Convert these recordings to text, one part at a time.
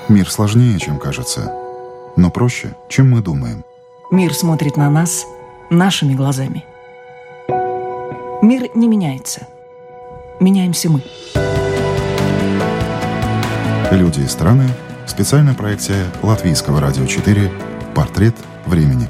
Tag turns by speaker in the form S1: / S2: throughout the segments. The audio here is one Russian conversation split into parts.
S1: Мир сложнее, чем кажется, но проще, чем мы думаем.
S2: Мир смотрит на нас нашими глазами. Мир не меняется. Меняемся мы.
S1: Люди и страны. Специальная проекция Латвийского радио 4 «Портрет времени».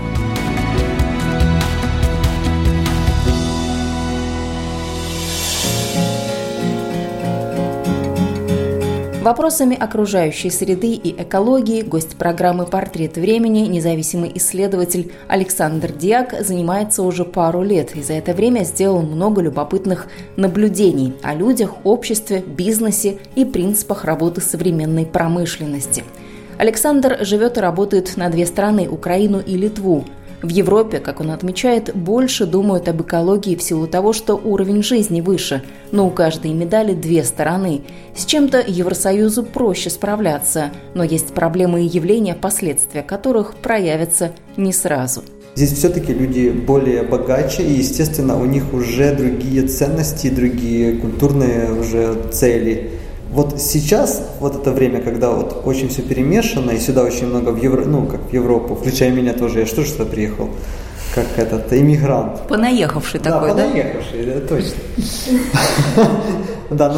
S3: Вопросами окружающей среды и экологии гость программы «Портрет времени», независимый исследователь Александр Диак, занимается уже пару лет и за это время сделал много любопытных наблюдений о людях, обществе, бизнесе и принципах работы современной промышленности. Александр живет и работает на две страны – Украину и Литву. В Европе, как он отмечает, больше думают об экологии в силу того, что уровень жизни выше, но у каждой медали две стороны. С чем-то Евросоюзу проще справляться, но есть проблемы и явления, последствия которых проявятся не сразу.
S4: Здесь все-таки люди более богаче, и, естественно, у них уже другие ценности, другие культурные уже цели. Вот сейчас, вот это время, когда вот очень все перемешано, и сюда очень много в Европу, включая меня тоже, я что сюда приехал, как этот иммигрант.
S3: Понаехавший такой, да?
S4: Понаехавший, да, точно. Да,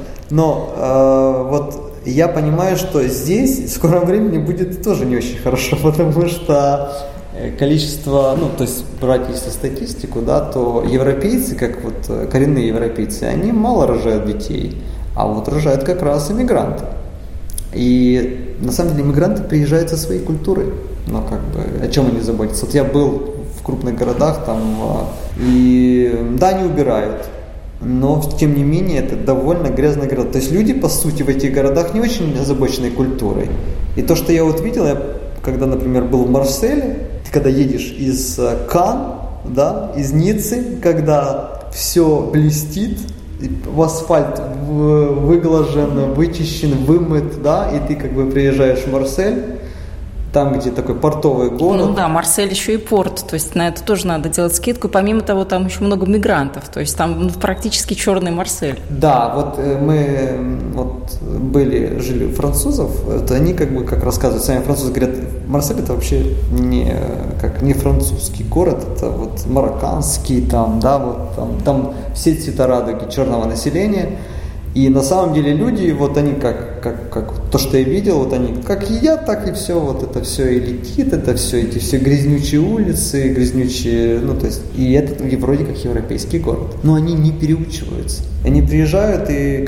S4: но вот я понимаю, что здесь в скором времени будет тоже не очень хорошо, потому что количество, то есть брать если статистику, да, то европейцы, как вот коренные европейцы, они мало рожают детей. А вот рожают как раз иммигранты. И на самом деле иммигранты приезжают со своей культурой. Но о чем они заботятся? Вот я был в крупных городах там, и да, они убирают. Но тем не менее это довольно грязный город. То есть люди, по сути, в этих городах не очень озабочены культурой. И то, что я вот видел, когда, например, был в Марселе, ты когда едешь из Канн, да, из Ниццы, когда все блестит, в асфальт выглажен, вычищен, вымыт, да, и ты приезжаешь в Марсель, там, где такой портовый город.
S3: Ну да, Марсель еще и порт, то есть на это тоже надо делать скидку. Помимо того, там еще много мигрантов, то есть там практически черный Марсель.
S4: Да, вот мы жили у французов, это они как рассказывают, сами французы говорят, Марсель это вообще не французский город, это вот марокканский, там, да, вот там все цвета радуги черного населения. И на самом деле люди, вот они как то, что я видел, вот они как едят, так и все, вот это все и летит, это все, эти все грязнючие улицы, грязнючие, то есть, и это вроде как европейский город. Но они не переучиваются. Они приезжают и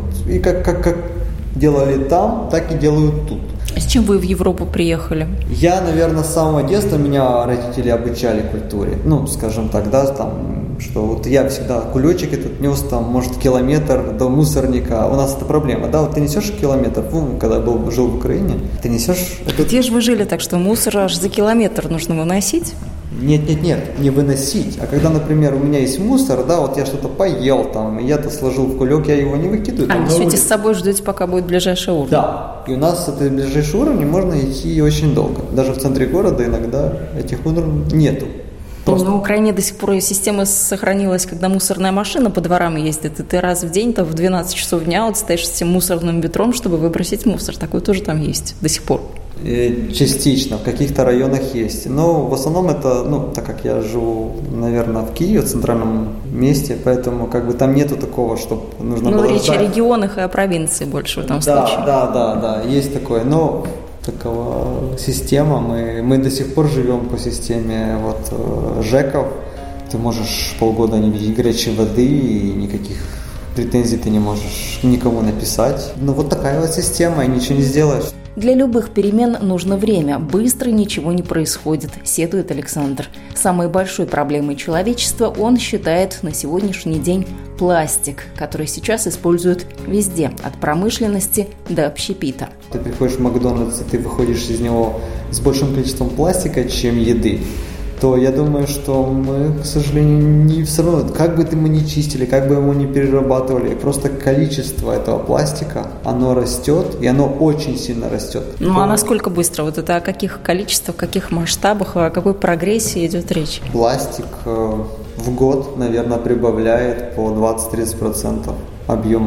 S4: как делали там, так и делают тут.
S3: С чем вы в Европу приехали?
S4: Я, наверное, с самого детства меня родители обучали культуре. Скажем так, да, там, что вот я всегда кулечек этот нес, там, может, километр до мусорника. У нас это проблема, да, вот ты несешь километр, когда жил в Украине, ты несешь...
S3: Где же вы жили так, что мусор аж за километр нужно выносить?
S4: Нет, не выносить. А когда, например, у меня есть мусор, да, вот я что-то поел там, и я-то сложил в кулек, я его не выкидываю.
S3: Несете с собой, ждете, пока будет ближайший уровень?
S4: Да, и у нас это ближайший уровень можно идти очень долго. Даже в центре города иногда этих уровней нету.
S3: На Украине до сих пор система сохранилась, когда мусорная машина по дворам ездит, и ты раз в день, в 12 часов дня вот стоишь с этим мусорным ведром, чтобы выбросить мусор. Такое тоже там есть до сих пор.
S4: Частично, в каких-то районах есть. Но в основном это, так как я живу, наверное, в Киеве, в центральном месте, поэтому там нету такого, что нужно было
S3: речь
S4: ждать.
S3: О регионах и о провинции больше в этом случае.
S4: Да, есть такое. Но такова система. Мы до сих пор живем по системе ЖЭКов. Ты можешь полгода не видеть горячей воды и никаких претензий ты не можешь никому написать. Вот такая вот система, и ничего не сделаешь.
S3: Для любых перемен нужно время, быстро ничего не происходит, сетует Александр. Самой большой проблемой человечества он считает на сегодняшний день пластик, который сейчас используют везде, от промышленности до общепита.
S4: Ты приходишь в Макдональдс, и ты выходишь из него с большим количеством пластика, чем еды, то я думаю, что мы, к сожалению, все равно, как бы мы ни чистили, как бы его ни перерабатывали, просто количество этого пластика, оно растет, и оно очень сильно растет.
S3: А насколько быстро? Вот это о каких количествах, каких масштабах, о какой прогрессии идет речь?
S4: Пластик в год, наверное, прибавляет по 20-30% объемов.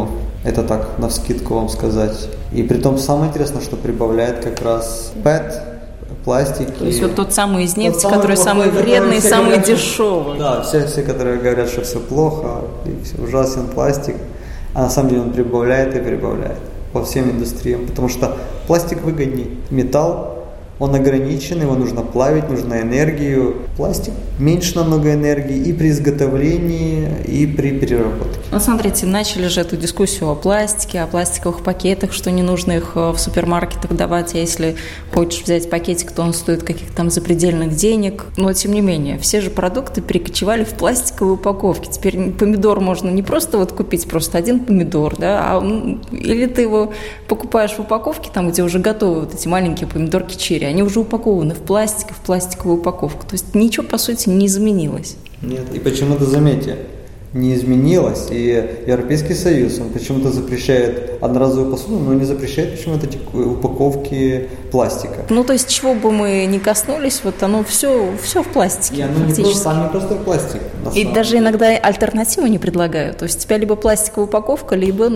S4: Это так, навскидку вам сказать. И притом самое интересное, что прибавляет как раз ПЭТ, пластик.
S3: То есть вот тот самый из нефти, который самый вредный, самый дешевый.
S4: Да, все, которые говорят, что все плохо, и все ужасен пластик, а на самом деле он прибавляет и прибавляет по всем индустриям, потому что пластик выгоднее. Металл, он ограничен, его нужно плавить, нужно энергию. Пластик меньше намного энергии и при изготовлении, и при переработке.
S3: Ну, смотрите, начали же эту дискуссию о пластике, о пластиковых пакетах, что не нужно их в супермаркетах давать, а если хочешь взять пакетик, то он стоит каких-то там запредельных денег. Но, тем не менее, все же продукты перекочевали в пластиковые упаковки. Теперь помидор можно не просто вот купить, просто один помидор, да, или ты его покупаешь в упаковке, там, где уже готовы вот эти маленькие помидорки черри, они уже упакованы в пластик, в пластиковую упаковку. То есть ничего, по сути, не изменилось.
S4: Нет, и почему-то, заметьте, не изменилось, и Европейский Союз, он почему-то запрещает одноразовую посуду, но не запрещает почему-то эти упаковки пластика.
S3: Ну, то есть, чего бы мы ни коснулись, вот оно все в пластике.
S4: И оно не просто пластик.
S3: И даже иногда альтернативу не предлагают. То есть, у тебя либо пластиковая упаковка, либо,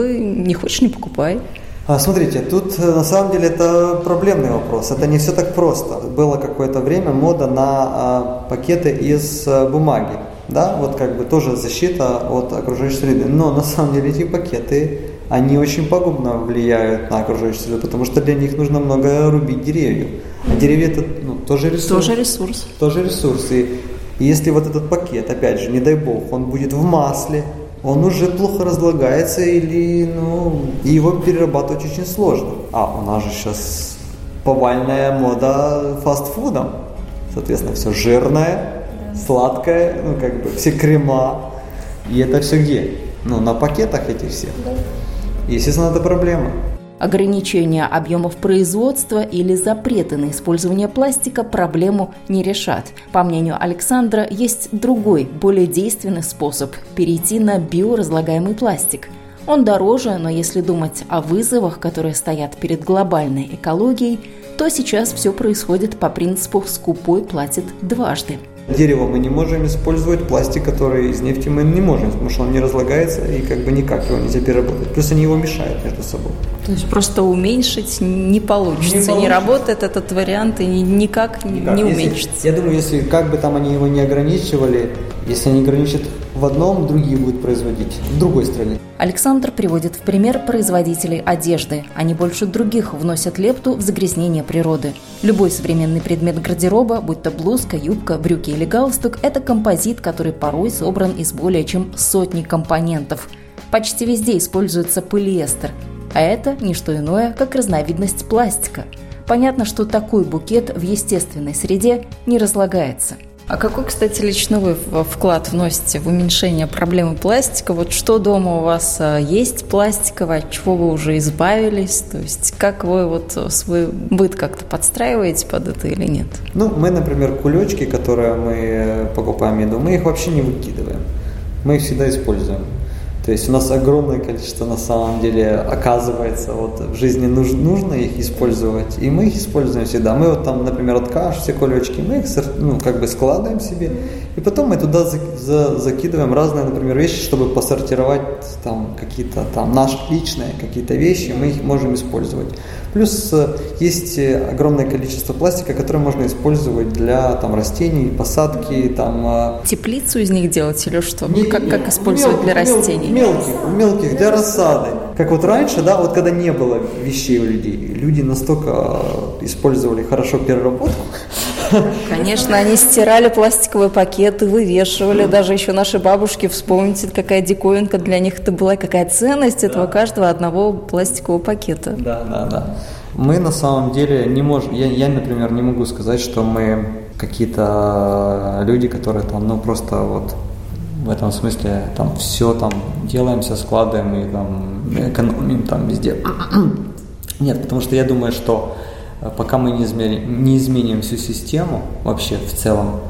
S3: не хочешь, не покупай.
S4: Смотрите, тут на самом деле это проблемный вопрос, это не все так просто. Было какое-то время мода на пакеты из бумаги, да, вот как бы тоже защита от окружающей среды. Но на самом деле эти пакеты, они очень пагубно влияют на окружающую среду, потому что для них нужно много рубить деревьев. А деревья это тоже ресурс. Тоже ресурс. И если вот этот пакет, опять же, не дай бог, он будет в масле, он уже плохо разлагается или, и его перерабатывать очень сложно. А у нас же сейчас повальная мода фастфудом. Соответственно, все жирное, сладкое, все крема. И это все где? На пакетах этих всех. Естественно, это проблема.
S3: Ограничение объемов производства или запреты на использование пластика проблему не решат. По мнению Александра, есть другой, более действенный способ – перейти на биоразлагаемый пластик. Он дороже, но если думать о вызовах, которые стоят перед глобальной экологией, то сейчас все происходит по принципу «скупой платит дважды».
S4: Дерево мы не можем использовать, пластик, который из нефти мы не можем, потому что он не разлагается и никак его нельзя переработать. Плюс они его мешают между собой.
S3: То есть просто уменьшить не получится. Не работает этот вариант и никак не уменьшится.
S4: Я думаю, если как бы там они его не ограничивали, если они ограничат в одном, другие будут производить в другой стране.
S3: Александр приводит в пример производителей одежды. Они больше других вносят лепту в загрязнение природы. Любой современный предмет гардероба, будь то блузка, юбка, брюки или галстук, это композит, который порой собран из более чем сотни компонентов. Почти везде используется полиэстер, а это не что иное, как разновидность пластика. Понятно, что такой букет в естественной среде не разлагается. А какой, кстати, лично вы вклад вносите в уменьшение проблемы пластика? Вот что дома у вас есть пластиковое, от чего вы уже избавились? То есть как вы свой быт как-то подстраиваете под это или нет?
S4: Мы, например, кулечки, которые мы покупаем еду, мы их вообще не выкидываем. Мы их всегда используем. То есть у нас огромное количество, на самом деле, оказывается, в жизни нужно их использовать, и мы их используем всегда. Мы например, от каш, все кулечки, мы их складываем себе, и потом мы туда закидываем разные, например, вещи, чтобы посортировать какие-то наши личные какие-то вещи, мы их можем использовать. Плюс есть огромное количество пластика, которое можно использовать для растений, посадки.
S3: Теплицу из них делать или что? Как использовать для растений?
S4: Мелких для рассады. Как раньше, когда не было вещей у людей, люди настолько использовали хорошо переработку.
S3: Конечно, они стирали пластиковые пакеты, вывешивали. Даже еще наши бабушки, вспомните, какая диковинка для них это была, какая ценность этого каждого одного пластикового пакета.
S4: Да. Мы на самом деле не можем, я, например, не могу сказать, что мы какие-то люди, которые просто в этом смысле все делаем, все складываем и экономим везде. Нет, потому что я думаю, что пока мы не изменим всю систему вообще в целом,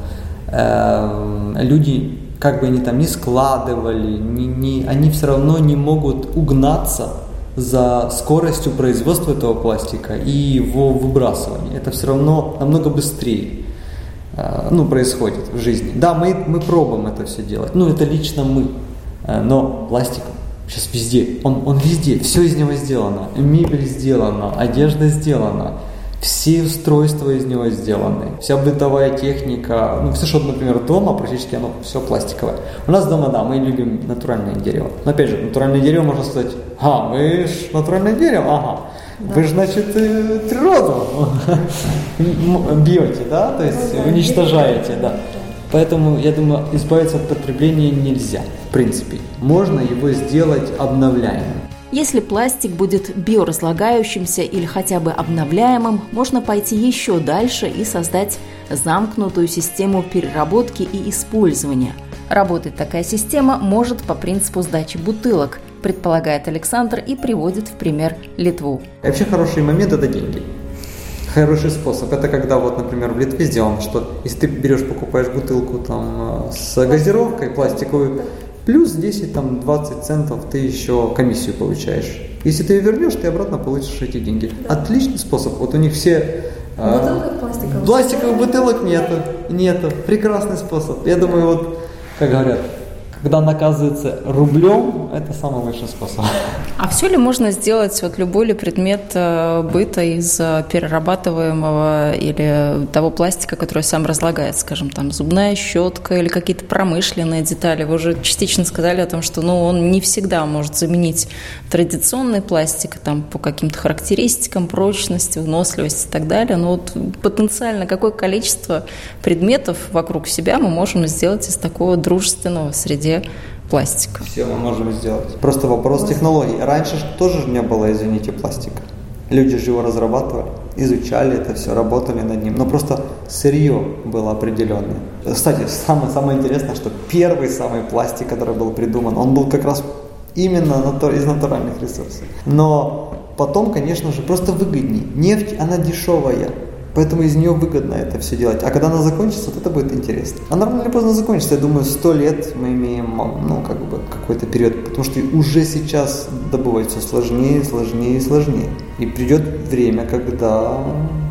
S4: люди, как бы они не складывали, они все равно не могут угнаться за скоростью производства этого пластика и его выбрасывания. Это все равно намного быстрее происходит в жизни. Да, мы пробуем это все делать, это лично мы, но Сейчас везде, он везде, все из него сделано. Мебель сделана, одежда сделана, все устройства из него сделаны, вся бытовая техника, все, что, например, дома, практически оно все пластиковое. У нас дома, да, мы любим натуральное дерево. Но опять же, натуральное дерево, можно сказать, вы ж натуральное дерево, вы же, значит, природу бьете, да, то есть уничтожаете, да. Поэтому, я думаю, избавиться от потребления нельзя, в принципе. Можно его сделать обновляемым.
S3: Если пластик будет биоразлагающимся или хотя бы обновляемым, можно пойти еще дальше и создать замкнутую систему переработки и использования. Работать такая система может по принципу сдачи бутылок, предполагает Александр и приводит в пример Литву.
S4: Вообще хороший момент – это деньги. Хороший способ. Это когда, вот, например, в Литве сделано, что если ты берешь, покупаешь бутылку там, с газировкой пластиковую, плюс 10-20 центов ты еще комиссию получаешь. Если ты ее вернешь, ты обратно получишь эти деньги. Да. Отличный способ. Вот у них все... Пластиковых бутылок нету. Прекрасный способ. Я думаю, вот, как говорят, когда наказывается рублем, это самый лучший способ.
S5: А все ли можно сделать, вот любой ли предмет быта из перерабатываемого или того пластика, который сам разлагается, скажем, там зубная щетка или какие-то промышленные детали? Вы уже частично сказали о том, что он не всегда может заменить традиционный пластик там, по каким-то характеристикам, прочности, выносливости и так далее. Но вот потенциально какое количество предметов вокруг себя мы можем сделать из такого дружественного среди пластика?
S4: Все мы можем сделать. Просто вопрос технологий. Раньше тоже не было, извините, пластика. Люди же его разрабатывали, изучали это все, работали над ним. Но просто сырье было определенное. Кстати, самое интересное, что первый самый пластик, который был придуман, он был как раз именно из натуральных ресурсов. Но потом, конечно же, просто выгоднее. Нефть, она дешевая. Поэтому из нее выгодно это все делать. А когда она закончится, вот это будет интересно. Она рано или поздно закончится. Я думаю, 100 лет мы имеем, какой-то период. Потому что уже сейчас добывать все сложнее, сложнее и сложнее. И придет время, когда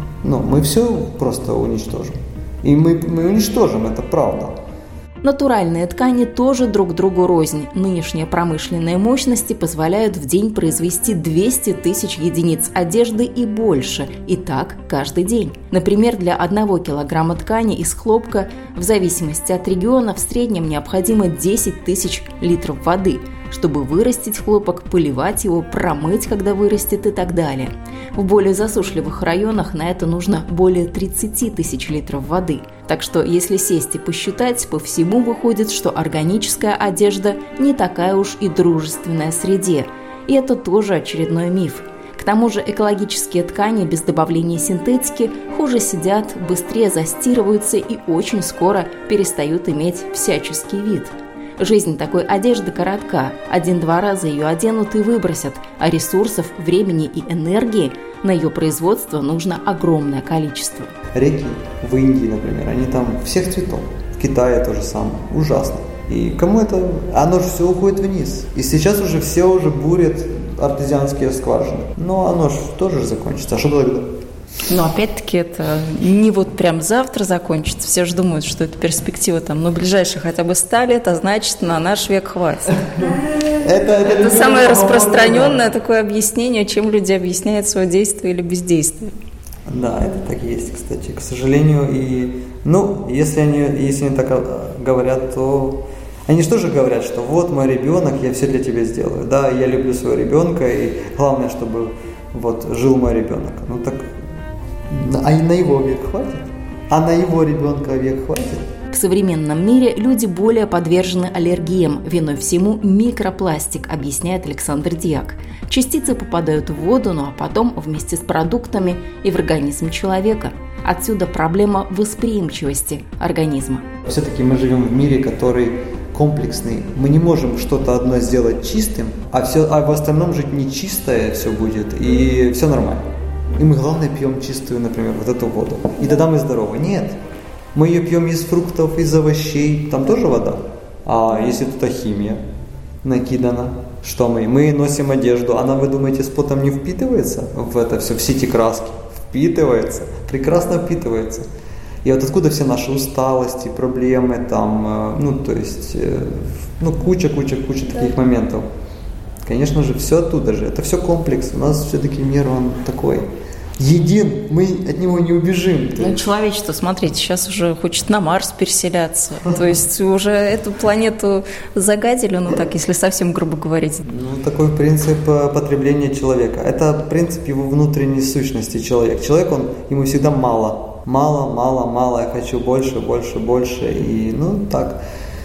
S4: мы все просто уничтожим. И мы уничтожим, это правда.
S3: Натуральные ткани тоже друг другу рознь. Нынешние промышленные мощности позволяют в день произвести 200 тысяч единиц одежды и больше. И так каждый день. Например, для 1 килограмма ткани из хлопка в зависимости от региона в среднем необходимо 10 тысяч литров воды, чтобы вырастить хлопок, поливать его, промыть, когда вырастет и так далее. В более засушливых районах на это нужно более 30 тысяч литров воды. Так что, если сесть и посчитать, по всему выходит, что органическая одежда не такая уж и дружественная среде. И это тоже очередной миф. К тому же экологические ткани без добавления синтетики хуже сидят, быстрее застирываются и очень скоро перестают иметь всяческий вид. Жизнь такой одежды коротка, 1-2 раза ее оденут и выбросят, а ресурсов, времени и энергии на ее производство нужно огромное количество.
S4: Реки в Индии, например, они там всех цветов, в Китае то же самое, ужасно. И кому это? Оно же все уходит вниз. И сейчас уже все уже бурят артезианские скважины. Но оно же тоже закончится. А что тогда?
S5: Но опять-таки это не вот прям завтра закончится. Все же думают, что это перспектива ближайшие хотя бы 100 лет, а значит, на наш век хватит. Это самое распространенное такое объяснение, чем люди объясняют свое действие или бездействие.
S4: Да, это так и есть, кстати. К сожалению, если они так говорят, то они же тоже говорят, что вот мой ребенок, я все для тебя сделаю. Да, я люблю своего ребенка, и главное, чтобы жил мой ребенок. А на его век хватит? А на его ребенка век хватит?
S3: В современном мире люди более подвержены аллергиям. Виной всему микропластик, объясняет Александр Дьяк. Частицы попадают в воду, а потом вместе с продуктами и в организм человека. Отсюда проблема восприимчивости организма.
S4: Все-таки мы живем в мире, который комплексный. Мы не можем что-то одно сделать чистым, а в остальном жить нечистое все будет, и все нормально. И мы, главное, пьем чистую, например, эту воду. И тогда мы здоровы. Нет. Мы ее пьем из фруктов, из овощей. Там тоже вода. А если тут химия накидана, что мы носим одежду, она, вы думаете, с потом не впитывается в это все, все эти краски? Впитывается. Прекрасно впитывается. И откуда все наши усталости, проблемы, куча таких моментов. Конечно же, все оттуда же. Это все комплекс. У нас все-таки мир, он такой един, мы от него не убежим.
S5: Ну, человечество, смотрите, сейчас уже хочет на Марс переселяться. То есть уже эту планету загадили, ну так, если совсем грубо говорить.
S4: Ну, такой принцип потребления человека. Это принцип его внутренней сущности человека. Человек, ему всегда мало. Мало, я хочу больше. И, ну, так,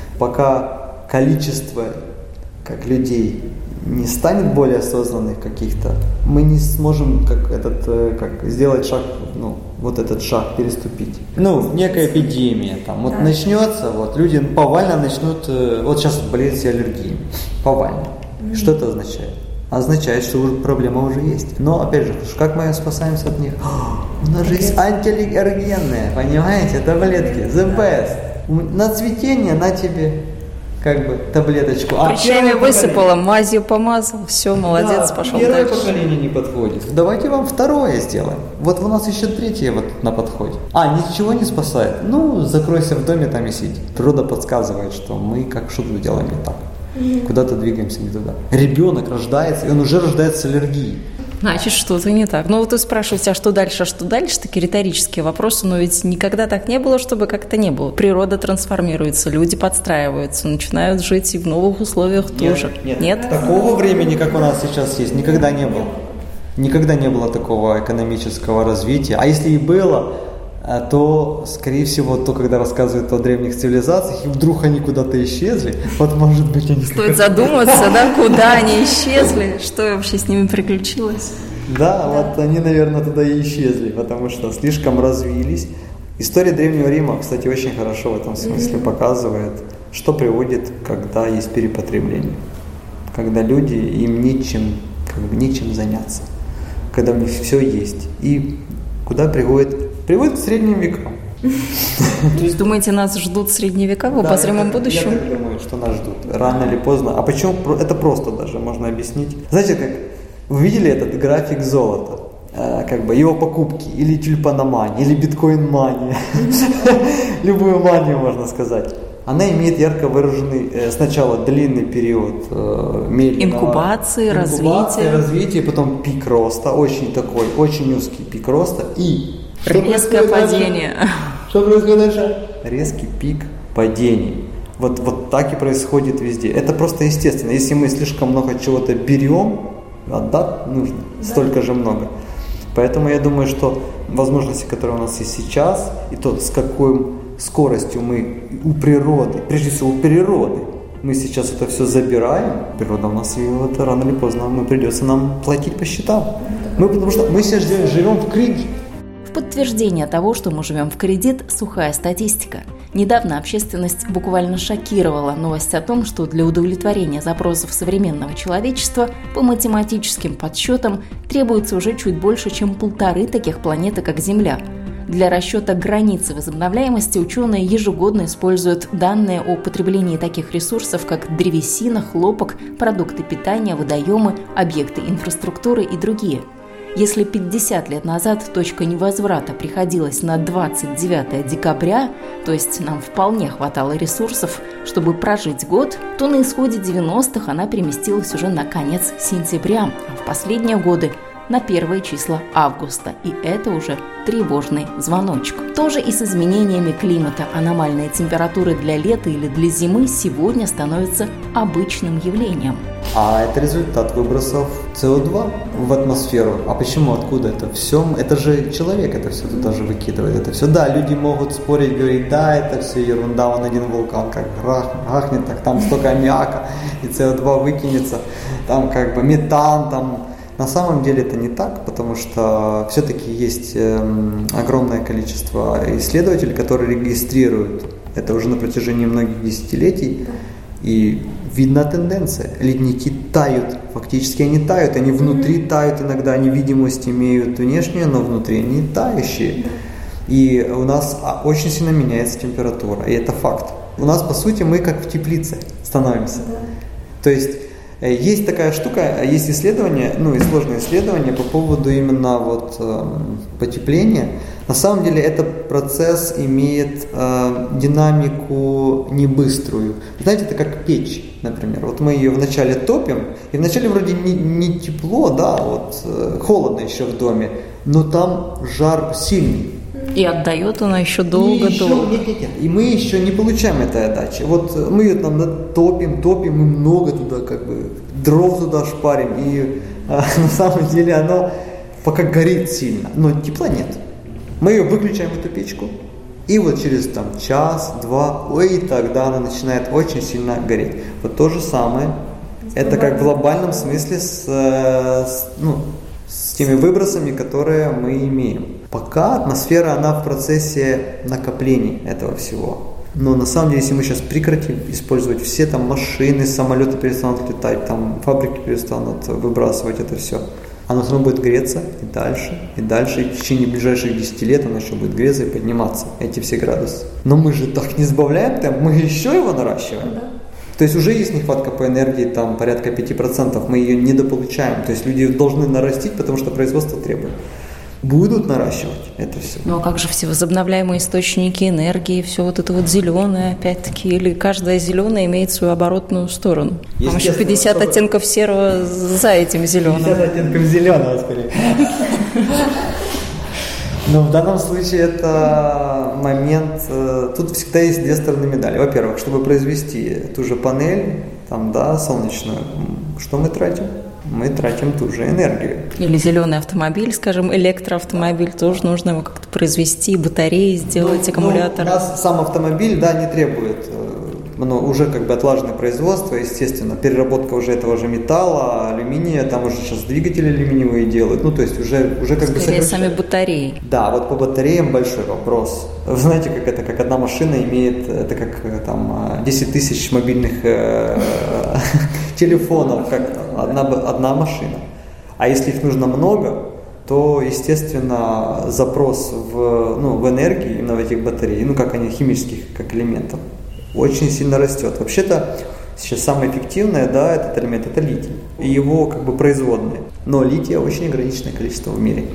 S4: пока количество, как людей, не станет более осознанных каких-то, мы не сможем как сделать шаг, вот этот шаг переступить. Некая эпидемия там, вот начнется, вот люди повально начнут, вот сейчас болеют все аллергиями, повально. Что это означает? Означает, что проблема уже есть. Но, опять же, как мы спасаемся от них? У нас же есть антиаллергенные, понимаете, таблетки, the best. На цветение, на тебе таблеточку.
S5: Прыщами высыпала, мазью помазал, все, молодец, пошел
S4: первое
S5: дальше.
S4: Поколение не подходит. Давайте вам второе сделаем. Вот у нас еще третье на подходе. Ничего не спасает. Закройся в доме там и сиди. Природа подсказывает, что мы что-то делаем не так. Куда-то двигаемся не туда. Ребенок рождается, и он уже рождается с аллергией.
S5: Значит, что-то не так. Вот вы спрашиваете, а что дальше? Такие риторические вопросы, но ведь никогда так не было, чтобы как-то не было. Природа трансформируется, люди подстраиваются, начинают жить и в новых условиях тоже. Нет?
S4: Такого времени, как у нас сейчас есть, никогда не было. Никогда не было такого экономического развития. А если и было, то, скорее всего, когда рассказывают о древних цивилизациях, и вдруг они куда-то исчезли, вот, может быть, они...
S5: Стоит задуматься, куда они исчезли, что вообще с ними приключилось.
S4: Да, вот они, наверное, туда и исчезли, потому что слишком развились. История Древнего Рима, кстати, очень хорошо в этом смысле показывает, что приводит, когда есть перепотребление. Когда люди, им нечем заняться. Когда у них все есть. И куда приводит к средним векам.
S5: То есть, думаете, нас ждут средние века в обозримом будущем?
S4: Я так думаю, что нас ждут. Рано или поздно. А почему? Это просто даже можно объяснить. Знаете, как вы видели этот график золота? Его покупки, или тюльпаномания, или биткоин-мания. Любую манию можно сказать. Она имеет ярко выраженный сначала длинный период
S5: инкубации,
S4: развития, потом пик роста, очень узкий пик роста и
S5: резкое падение.
S4: Что происходит дальше? Резкий пик падений. Вот так и происходит везде. Это просто естественно. Если мы слишком много чего-то берем, отдать нужно столько же много. Поэтому я думаю, что возможности, которые у нас есть сейчас, и то, с какой скоростью мы у природы, прежде всего у природы, мы сейчас это все забираем, природа у нас, и рано или поздно придется нам платить по счетам. Потому что мы сейчас живем в кредит.
S3: В подтверждение того, что мы живем в кредит, сухая статистика. Недавно общественность буквально шокировала новость о том, что для удовлетворения запросов современного человечества по математическим подсчетам требуется уже чуть больше, чем 1,5 таких планеты, как Земля. Для расчета границы возобновляемости ученые ежегодно используют данные о потреблении таких ресурсов, как древесина, хлопок, продукты питания, водоемы, объекты инфраструктуры и другие. Если 50 лет назад точка невозврата приходилась на 29 декабря, то есть нам вполне хватало ресурсов, чтобы прожить год, то на исходе 90-х она переместилась уже на конец сентября, а в последние годы на первые числа августа, и это уже тревожный звоночек. Тоже и с изменениями климата. Аномальные температуры для лета или для зимы сегодня становятся обычным явлением.
S4: А это результат выбросов СО2 в атмосферу. А почему, откуда это все? Это же человек это все туда же выкидывает. Это все, да, люди могут спорить, говорить, да, это все ерунда, вон один вулкан как грахнет, так там столько аммиака, и СО2 выкинется, там метан, там. На самом деле это не так, потому что все-таки есть огромное количество исследователей, которые регистрируют это уже на протяжении многих десятилетий, и видна тенденция. Ледники тают, фактически они тают, они внутри тают, иногда они видимость имеют внешнюю, но внутри они тающие. И у нас очень сильно меняется температура, и это факт. У нас, по сути, мы как в теплице становимся. То есть есть такая штука, есть исследования, и сложные исследования по поводу именно потепления. На самом деле этот процесс имеет динамику не быструю. Знаете, это как печь. например, вот мы ее вначале топим, и вначале вроде не тепло, да, вот холодно еще в доме, но там жар сильный.
S5: И отдает она еще долго-долго.
S4: Нет. И мы еще не получаем этой отдачи. Вот мы ее там топим, и много туда как бы дров туда шпарим, и на самом деле оно пока горит сильно, но тепла нет. Мы ее выключаем, эту печку, и вот через там час-два, и тогда она начинает очень сильно гореть. Вот то же самое, это как в глобальном смысле с теми выбросами, которые мы имеем. Пока атмосфера, она в процессе накопления этого всего. Но на самом деле, если мы сейчас прекратим использовать все там машины, самолеты перестанут летать, там фабрики перестанут выбрасывать это все, оно все равно будет греться и дальше, и в течение ближайших 10 лет оно еще будет греться и подниматься, эти все градусы. Но мы же так не сбавляем темп, мы еще его наращиваем. Да. То есть уже есть нехватка по энергии, там порядка 5%, мы ее недополучаем. То есть люди должны нарастить, потому что производство требует. Будут наращивать это все.
S5: Ну а как же все возобновляемые источники энергии, все вот это вот зеленое, опять-таки, или каждая зеленая имеет свою оборотную сторону? Там еще 50 оттенков серого за этим зеленым.
S4: 50 оттенков зеленого, скорее. Но в данном случае это момент, тут всегда есть две стороны медали. Во-первых, чтобы произвести ту же панель, там, да, солнечную, что мы тратим? Мы тратим ту же энергию.
S5: Или зеленый автомобиль, скажем, электроавтомобиль, тоже нужно его как-то произвести, батареи сделать, аккумуляторы.
S4: У нас сам автомобиль, да, не требует, уже как бы отлаженное производство, естественно, переработка уже этого же металла, алюминия, там уже сейчас двигатели алюминиевые делают, то есть уже как бы...
S5: Скорее сами батареи.
S4: Да, вот по батареям большой вопрос. Вы знаете, как одна машина имеет, это как там 10 тысяч мобильных телефонов, как одна машина. А если их нужно много, то, естественно, запрос в энергии, именно в этих батарей, как они, химических, как элементов, очень сильно растет. Вообще-то, сейчас самое эффективное, да, этот элемент, это литий. И его как бы производные. Но лития очень ограниченное количество в мире.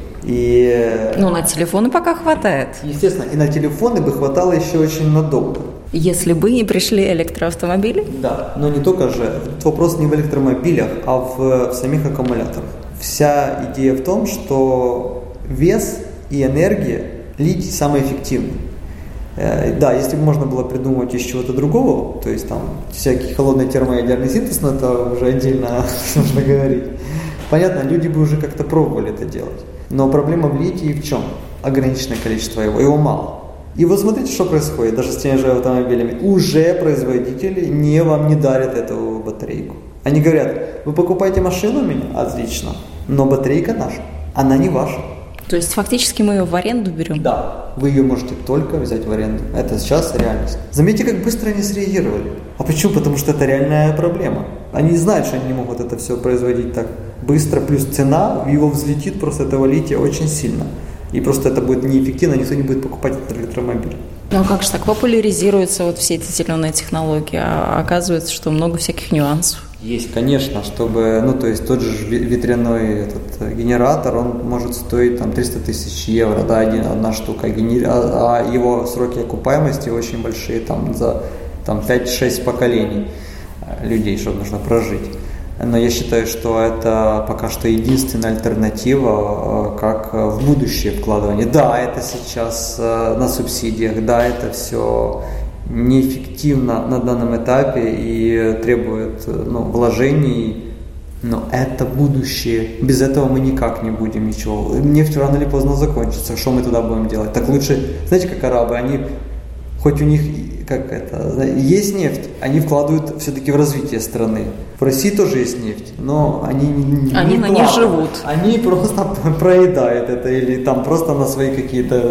S5: На телефоны пока хватает.
S4: Естественно, и на телефоны бы хватало еще очень надолго.
S5: Если бы не пришли электроавтомобили?
S4: Да, но не только же. Тут вопрос не в электромобилях, а в самих аккумуляторах. Вся идея в том, что вес и энергия литий самый эффективный. Да, если бы можно было придумать из чего-то другого, то есть там всякий холодный термоядерный синтез, но это уже отдельно нужно говорить. Понятно, люди бы уже как-то пробовали это делать. Но проблема в литии в чем? Ограниченное количество его мало. И вот смотрите, что происходит, даже с теми же автомобилями. Уже производители вам не дарят эту батарейку. Они говорят, вы покупаете машину у меня? Отлично, но батарейка наша, она не ваша.
S5: То есть фактически мы ее в аренду берем?
S4: Да, вы ее можете только взять в аренду. Это сейчас реальность. Заметьте, как быстро они среагировали. А почему? Потому что это реальная проблема. Они знают, что они не могут это все производить так быстро, плюс цена его взлетит просто этого лития очень сильно. И просто это будет неэффективно, никто не будет покупать этот электромобиль.
S5: Ну как же так популяризируются вот все эти зеленые технологии, а оказывается, что много всяких нюансов?
S4: Есть, конечно, чтобы, то есть тот же ветряной генератор, он может стоить там 300 тысяч евро, да, одна штука, а его сроки окупаемости очень большие, там за 5-6 поколений людей, что нужно прожить. Но я считаю, что это пока что единственная альтернатива, как в будущее вкладывание. Да, это сейчас на субсидиях, да, это все неэффективно на данном этапе и требует вложений, но это будущее. Без этого мы никак не будем ничего. Нефть рано или поздно закончится. Что мы туда будем делать? Так лучше, знаете, как арабы, они, хоть у них есть нефть, они вкладывают все-таки в развитие страны. В России тоже есть нефть, но они
S5: на ней живут.
S4: Они просто проедают это или там просто на свои какие-то...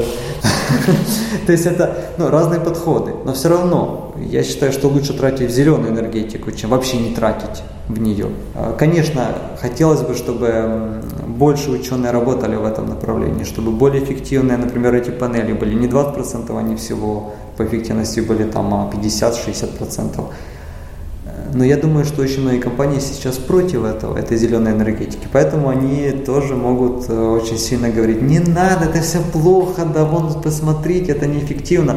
S4: То есть это разные подходы. Но все равно я считаю, что лучше тратить в зеленую энергетику, чем вообще не тратить в нее. Конечно, хотелось бы, чтобы больше ученые работали в этом направлении, чтобы более эффективные, например, эти панели были не 20%, они всего по эффективности были там 50-60%. Но я думаю, что очень многие компании сейчас против этой зеленой энергетики, поэтому они тоже могут очень сильно говорить, не надо, это все плохо, да вон посмотрите, это неэффективно.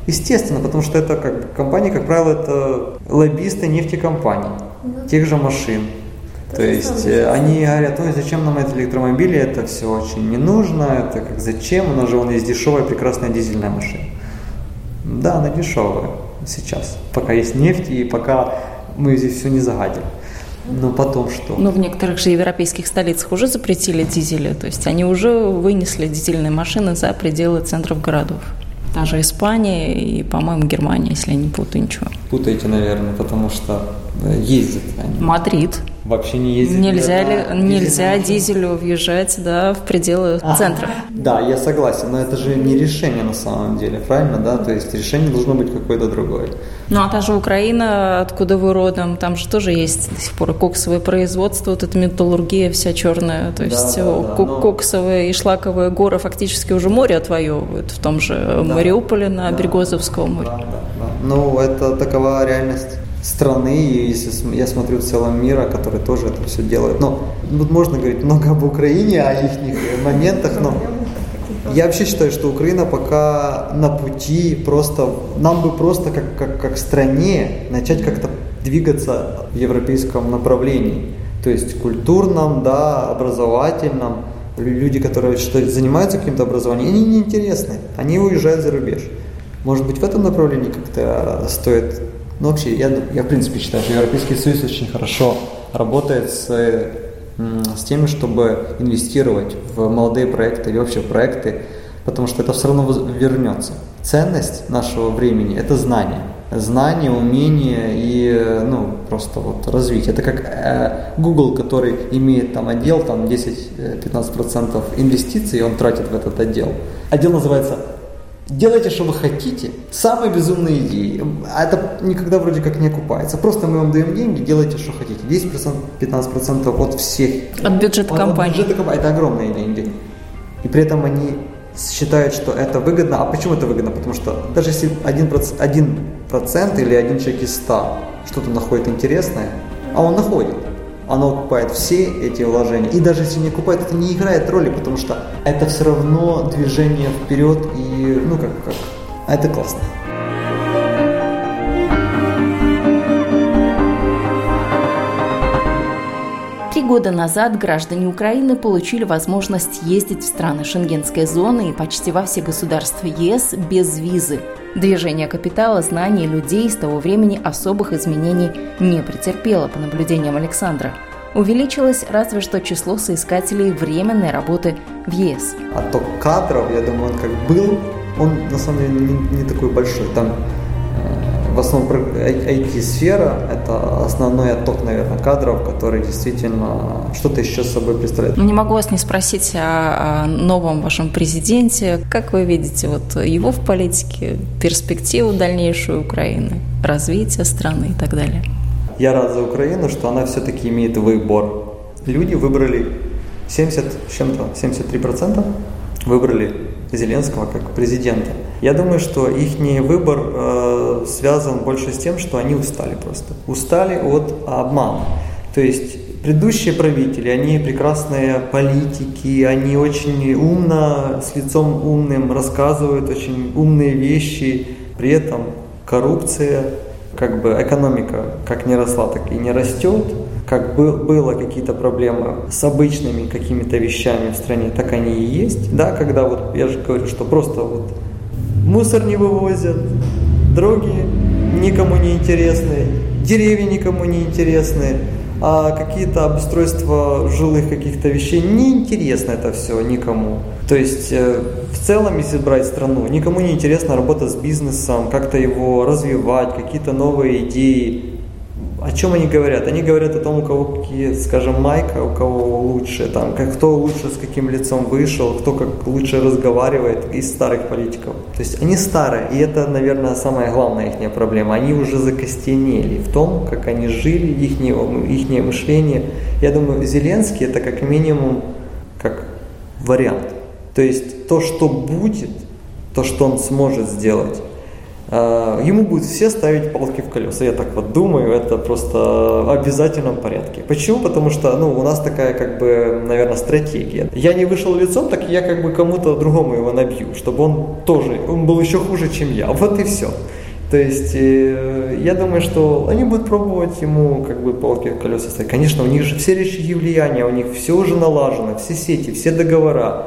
S4: Естественно, потому что это компании, как правило, это лоббисты нефтекомпаний, тех же машин. То есть они говорят, зачем нам эти электромобили, это все очень не нужно, это как зачем, у нас же есть дешевая прекрасная дизельная машина. Да, она дешевая сейчас, пока есть нефть и пока мы здесь все не загадили. Но потом что?
S5: В некоторых же европейских столицах уже запретили дизели, то есть они уже вынесли дизельные машины за пределы центров городов. Та же Испания и, по-моему, Германия, если я не путаю ничего.
S4: Путаете, наверное, потому что ездят они.
S5: Мадрид.
S4: Вообще не ездят.
S5: Нельзя дизелю въезжать, в пределы центра.
S4: Да, я согласен, но это же не решение на самом деле, правильно, да? То есть решение должно быть какое-то другое.
S5: А та же Украина, откуда вы родом, там же тоже есть до сих пор коксовое производство, вот эта металлургия вся черная, то есть коксовые и шлаковые горы фактически уже море отвоевывают в том же Мариуполе на берегу Азовского моря.
S4: Это такова реальность страны, и если я смотрю в целом мира, который тоже это все делает. Тут можно говорить много об Украине, о их моментах, но я вообще считаю, что Украина пока на пути, нам бы просто как стране начать как-то двигаться в европейском направлении. То есть культурном, образовательном. Люди, которые занимаются каким-то образованием, они неинтересны, они уезжают за рубеж. Может быть, в этом направлении как-то стоит... вообще, я в принципе считаю, что Европейский Союз очень хорошо работает с теми, чтобы инвестировать в молодые проекты или вообще проекты, потому что это все равно вернется. Ценность нашего времени – это знание. Знание, умение и просто развитие. Это как Google, который имеет отдел 10-15% инвестиций, и он тратит в этот отдел. Отдел называется «Делайте, что вы хотите». Самые безумные идеи. А это никогда вроде как не окупается. Просто мы вам даем деньги, делайте, что хотите. 10-15% от всех.
S5: От бюджета компании.
S4: Это огромные деньги. И при этом они считают, что это выгодно. А почему это выгодно? Потому что даже если 1% или 1 человек из 100 что-то находит интересное, а он находит, оно окупает все эти вложения. И даже если не окупает, это не играет роли, потому что это все равно движение вперед и, это классно.
S3: Года назад граждане Украины получили возможность ездить в страны Шенгенской зоны и почти во все государства ЕС без визы. Движение капитала, знаний людей с того времени особых изменений не претерпело, по наблюдениям Александра. Увеличилось разве что число соискателей временной работы в ЕС.
S4: Отток кадров, я думаю, он на самом деле не такой большой. Там в основном IT-сфера – это основной отток, наверное, кадров, который действительно что-то еще с собой представляет.
S5: Не могу вас не спросить о новом вашем президенте. Как вы видите его в политике, перспективу дальнейшую Украины, развитие страны и так далее?
S4: Я рад за Украину, что она все-таки имеет выбор. Люди выбрали 73% выбрали Зеленского как президента. Я думаю, что их выбор связан больше с тем, что они устали просто. Устали от обмана. То есть предыдущие правители, они прекрасные политики, они очень умно, с лицом умным рассказывают очень умные вещи. При этом коррупция, экономика как не росла, так и не растет. Как было какие-то проблемы с обычными какими-то вещами в стране, так они и есть. Да, когда я же говорю, что просто мусор не вывозят, дороги никому не интересны, деревья никому не интересны, а какие-то обустройства жилых каких-то вещей не интересно это все никому. То есть в целом, если брать страну, никому не интересна работа с бизнесом, как-то его развивать, какие-то новые идеи. О чем они говорят? Они говорят о том, у кого какие, скажем, майка, у кого лучше, кто лучше с каким лицом вышел, кто как лучше разговаривает из старых политиков. То есть они старые, и это, наверное, самая главная их проблема. Они уже закостенели в том, как они жили, их мышление. Я думаю, Зеленский это как минимум как вариант. То есть то, что будет, то, что он сможет сделать, ему будут все ставить палки в колеса. Я так вот думаю, это просто в обязательном порядке. Почему? Потому что, у нас такая, наверное, стратегия. Я не вышел лицом, так я кому-то другому его набью, чтобы он был еще хуже, чем я. Вот и все. То есть, я думаю, что они будут пробовать ему палки в колеса ставить. Конечно, у них же все рычаги влияния, у них все уже налажено, все сети, все договора.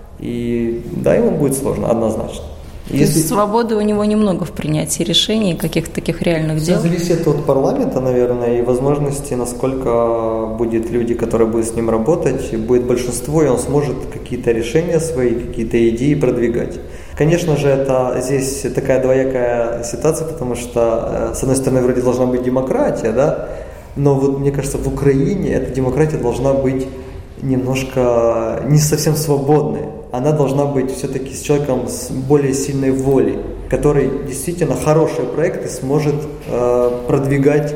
S4: И да, ему будет сложно, однозначно.
S5: Если свободы у него немного в принятии решений, каких-то таких реальных дел.
S4: Все зависит от парламента, наверное, и возможности, насколько будет люди, которые будут с ним работать, будет большинство, и он сможет какие-то решения свои, какие-то идеи продвигать. Конечно же, здесь такая двоякая ситуация, потому что, с одной стороны, вроде должна быть демократия, да, но мне кажется, в Украине эта демократия должна быть немножко не совсем свободной. Она должна быть все-таки с человеком с более сильной волей, который действительно хорошие проекты сможет продвигать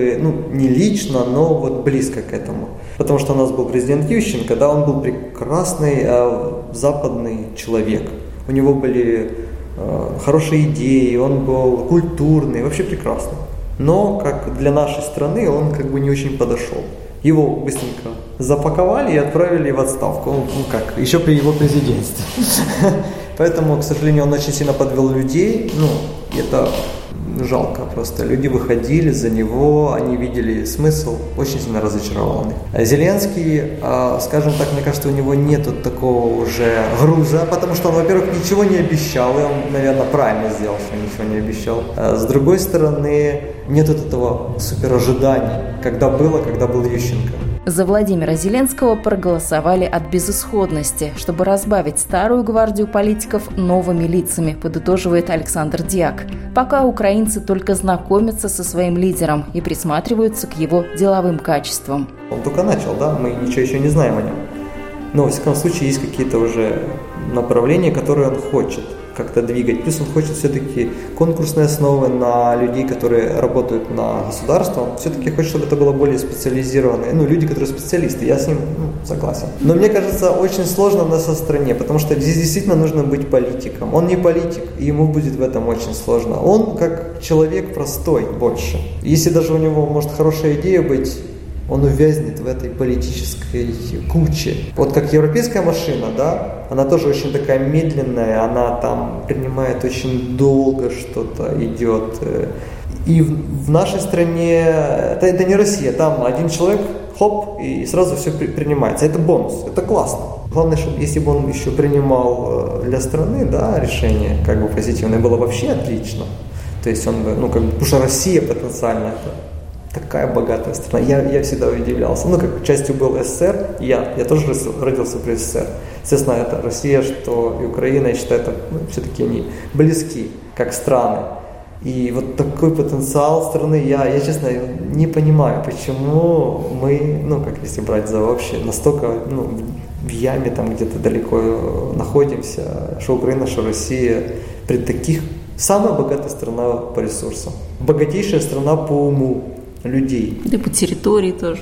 S4: не лично, но близко к этому. Потому что у нас был президент Ющенко, да, он был прекрасный западный человек. У него были хорошие идеи, он был культурный, вообще прекрасный. Но как для нашей страны он не очень подошел. Его быстренько запаковали и отправили в отставку. Еще при его президентстве. Поэтому, к сожалению, он очень сильно подвел людей. Это жалко просто. Люди выходили за него, они видели смысл, очень сильно разочарованы. Зеленский, скажем так, мне кажется, у него нету такого уже груза, потому что он, во-первых, ничего не обещал, и он, наверное, правильно сделал, что ничего не обещал. С другой стороны, нет этого супер ожидания, когда был Ющенко.
S3: За Владимира Зеленского проголосовали от безысходности, чтобы разбавить старую гвардию политиков новыми лицами, подытоживает Александр Дьяк. Пока украинцы только знакомятся со своим лидером и присматриваются к его деловым качествам.
S4: Он только начал, да, мы ничего еще не знаем о нем. Но, во всяком случае, есть какие-то уже направления, которые он хочет как-то двигать. Плюс он хочет все-таки конкурсные основы на людей, которые работают на государство. Он все-таки хочет, чтобы это было более специализированные, люди, которые специалисты. Я с ним согласен. Но мне кажется, очень сложно в нашей стране, потому что здесь действительно нужно быть политиком. Он не политик, и ему будет в этом очень сложно. Он как человек простой больше. Если даже у него может хорошая идея быть, он увязнет в этой политической куче. Вот как европейская машина, да, она тоже очень такая медленная, она там принимает очень долго что-то, идет. И в нашей стране, это не Россия, там один человек, хоп, и сразу все принимается. Это бонус, это классно. Главное, чтобы если бы он еще принимал для страны, да, решение позитивное, было вообще отлично. То есть он бы, потому что Россия потенциально это такая богатая страна. Я всегда удивлялся. Как частью был СССР, я тоже родился при СССР. Естественно, это Россия, что и Украина, я считаю, это все-таки они близки, как страны. И вот такой потенциал страны, я честно не понимаю, почему мы, если брать за вообще, настолько, в яме там где-то далеко находимся, что Украина, что Россия, при таких, самая богатая страна по ресурсам, богатейшая страна по уму людей.
S5: Да и по территории тоже.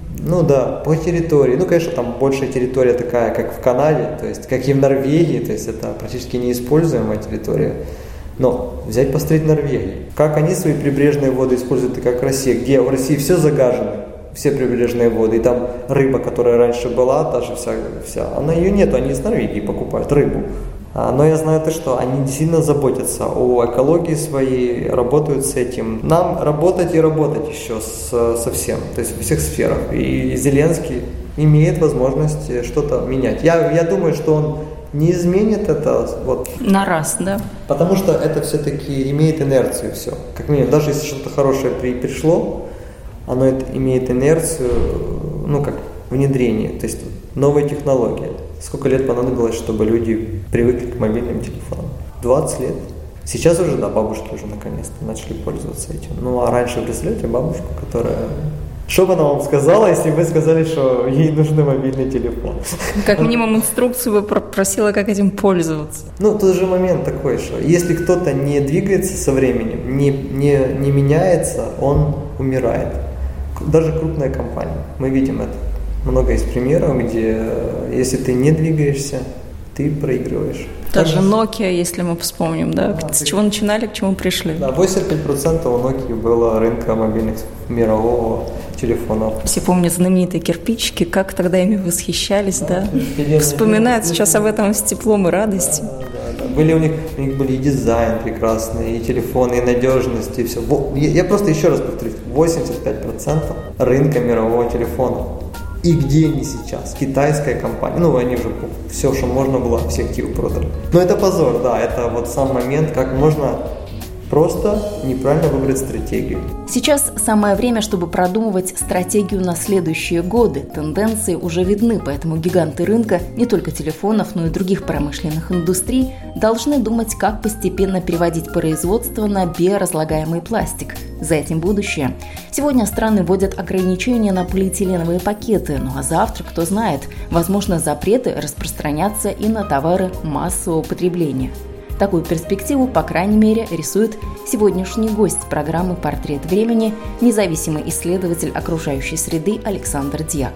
S4: По территории. Конечно, там большая территория такая, как в Канаде, то есть, как и в Норвегии, то есть, это практически неиспользуемая территория. Но взять, посмотреть Норвегию. Как они свои прибрежные воды используют, и как Россия, где в России все загажено, все прибрежные воды, и там рыба, которая раньше была, даже вся, она ее нету, они из Норвегии покупают рыбу. Но я знаю что они действительно заботятся о экологии своей, работают с этим. Нам работать и работать еще со всем, то есть во всех сферах. И Зеленский имеет возможность что-то менять. Я думаю, что он не изменит это
S5: на раз, да?
S4: Потому что это все-таки имеет инерцию все. Как минимум, даже если что-то хорошее пришло, оно имеет инерцию, как внедрение, то есть новые технологии. Сколько лет понадобилось, чтобы люди привыкли к мобильным телефонам? 20 лет. Сейчас уже, бабушки уже наконец-то начали пользоваться этим. А раньше, представляете, бабушку, которая... Что бы она вам сказала, если вы сказали, что ей нужен мобильный телефон?
S5: Как минимум инструкцию бы просила, как этим пользоваться.
S4: Тот же момент такой, что если кто-то не двигается со временем, не меняется, он умирает. Даже крупная компания. Мы видим это. Много есть примеров, где если ты не двигаешься, ты проигрываешь.
S5: Даже Nokia, если мы вспомним, да? С чего начинали, к чему пришли.
S4: Да, 85% у Nokia было рынка мобильных мирового телефонов.
S5: Все помнят знаменитые кирпичики, как тогда ими восхищались, да? Вспоминают сейчас об этом с теплом и радостью.
S4: Да. Были у них были и дизайн прекрасный, и телефоны, и надежность, и все. Я просто еще раз повторюсь, 85% рынка мирового телефона. И где они сейчас? Китайская компания. Они уже все, что можно было, все активы продали. Но это позор, да, это вот сам момент, как можно просто неправильно выбрать стратегию.
S3: Сейчас самое время, чтобы продумывать стратегию на следующие годы. Тенденции уже видны, поэтому гиганты рынка, не только телефонов, но и других промышленных индустрий, должны думать, как постепенно переводить производство на биоразлагаемый пластик. За этим будущее. Сегодня страны вводят ограничения на полиэтиленовые пакеты, а завтра, кто знает, возможно, запреты распространятся и на товары массового потребления. Такую перспективу, по крайней мере, рисует сегодняшний гость программы «Портрет времени», независимый исследователь окружающей среды Александр Дьяк.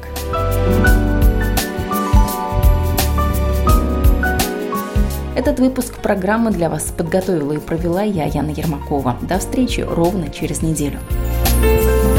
S3: Этот выпуск программы для вас подготовила и провела я, Яна Ермакова. До встречи ровно через неделю.